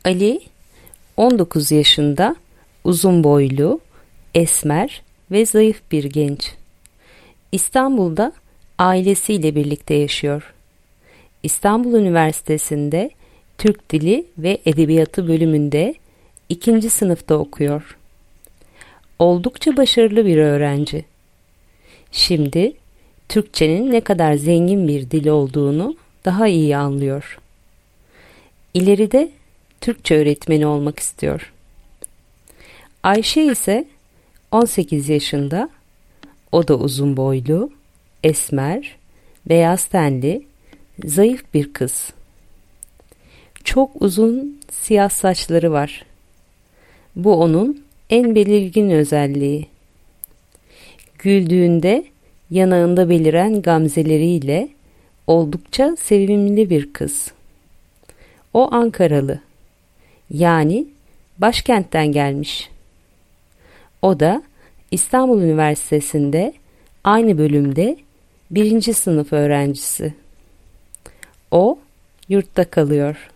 Ali 19 yaşında, uzun boylu, esmer ve zayıf bir genç. İstanbul'da ailesiyle birlikte yaşıyor. İstanbul Üniversitesi'nde Türk Dili ve Edebiyatı bölümünde 2. sınıfta okuyor. Oldukça başarılı bir öğrenci. Şimdi Türkçenin ne kadar zengin bir dil olduğunu daha iyi anlıyor. İleride Türkçe öğretmeni olmak istiyor. Ayşe ise 18 yaşında, o da uzun boylu, esmer, beyaz tenli, zayıf bir kız. Çok uzun siyah saçları var. Bu onun en belirgin özelliği. Güldüğünde yanağında beliren gamzeleriyle oldukça sevimli bir kız. O Ankaralı, yani başkentten gelmiş. O da İstanbul Üniversitesi'nde aynı bölümde 1. sınıf öğrencisi. O yurtta kalıyor.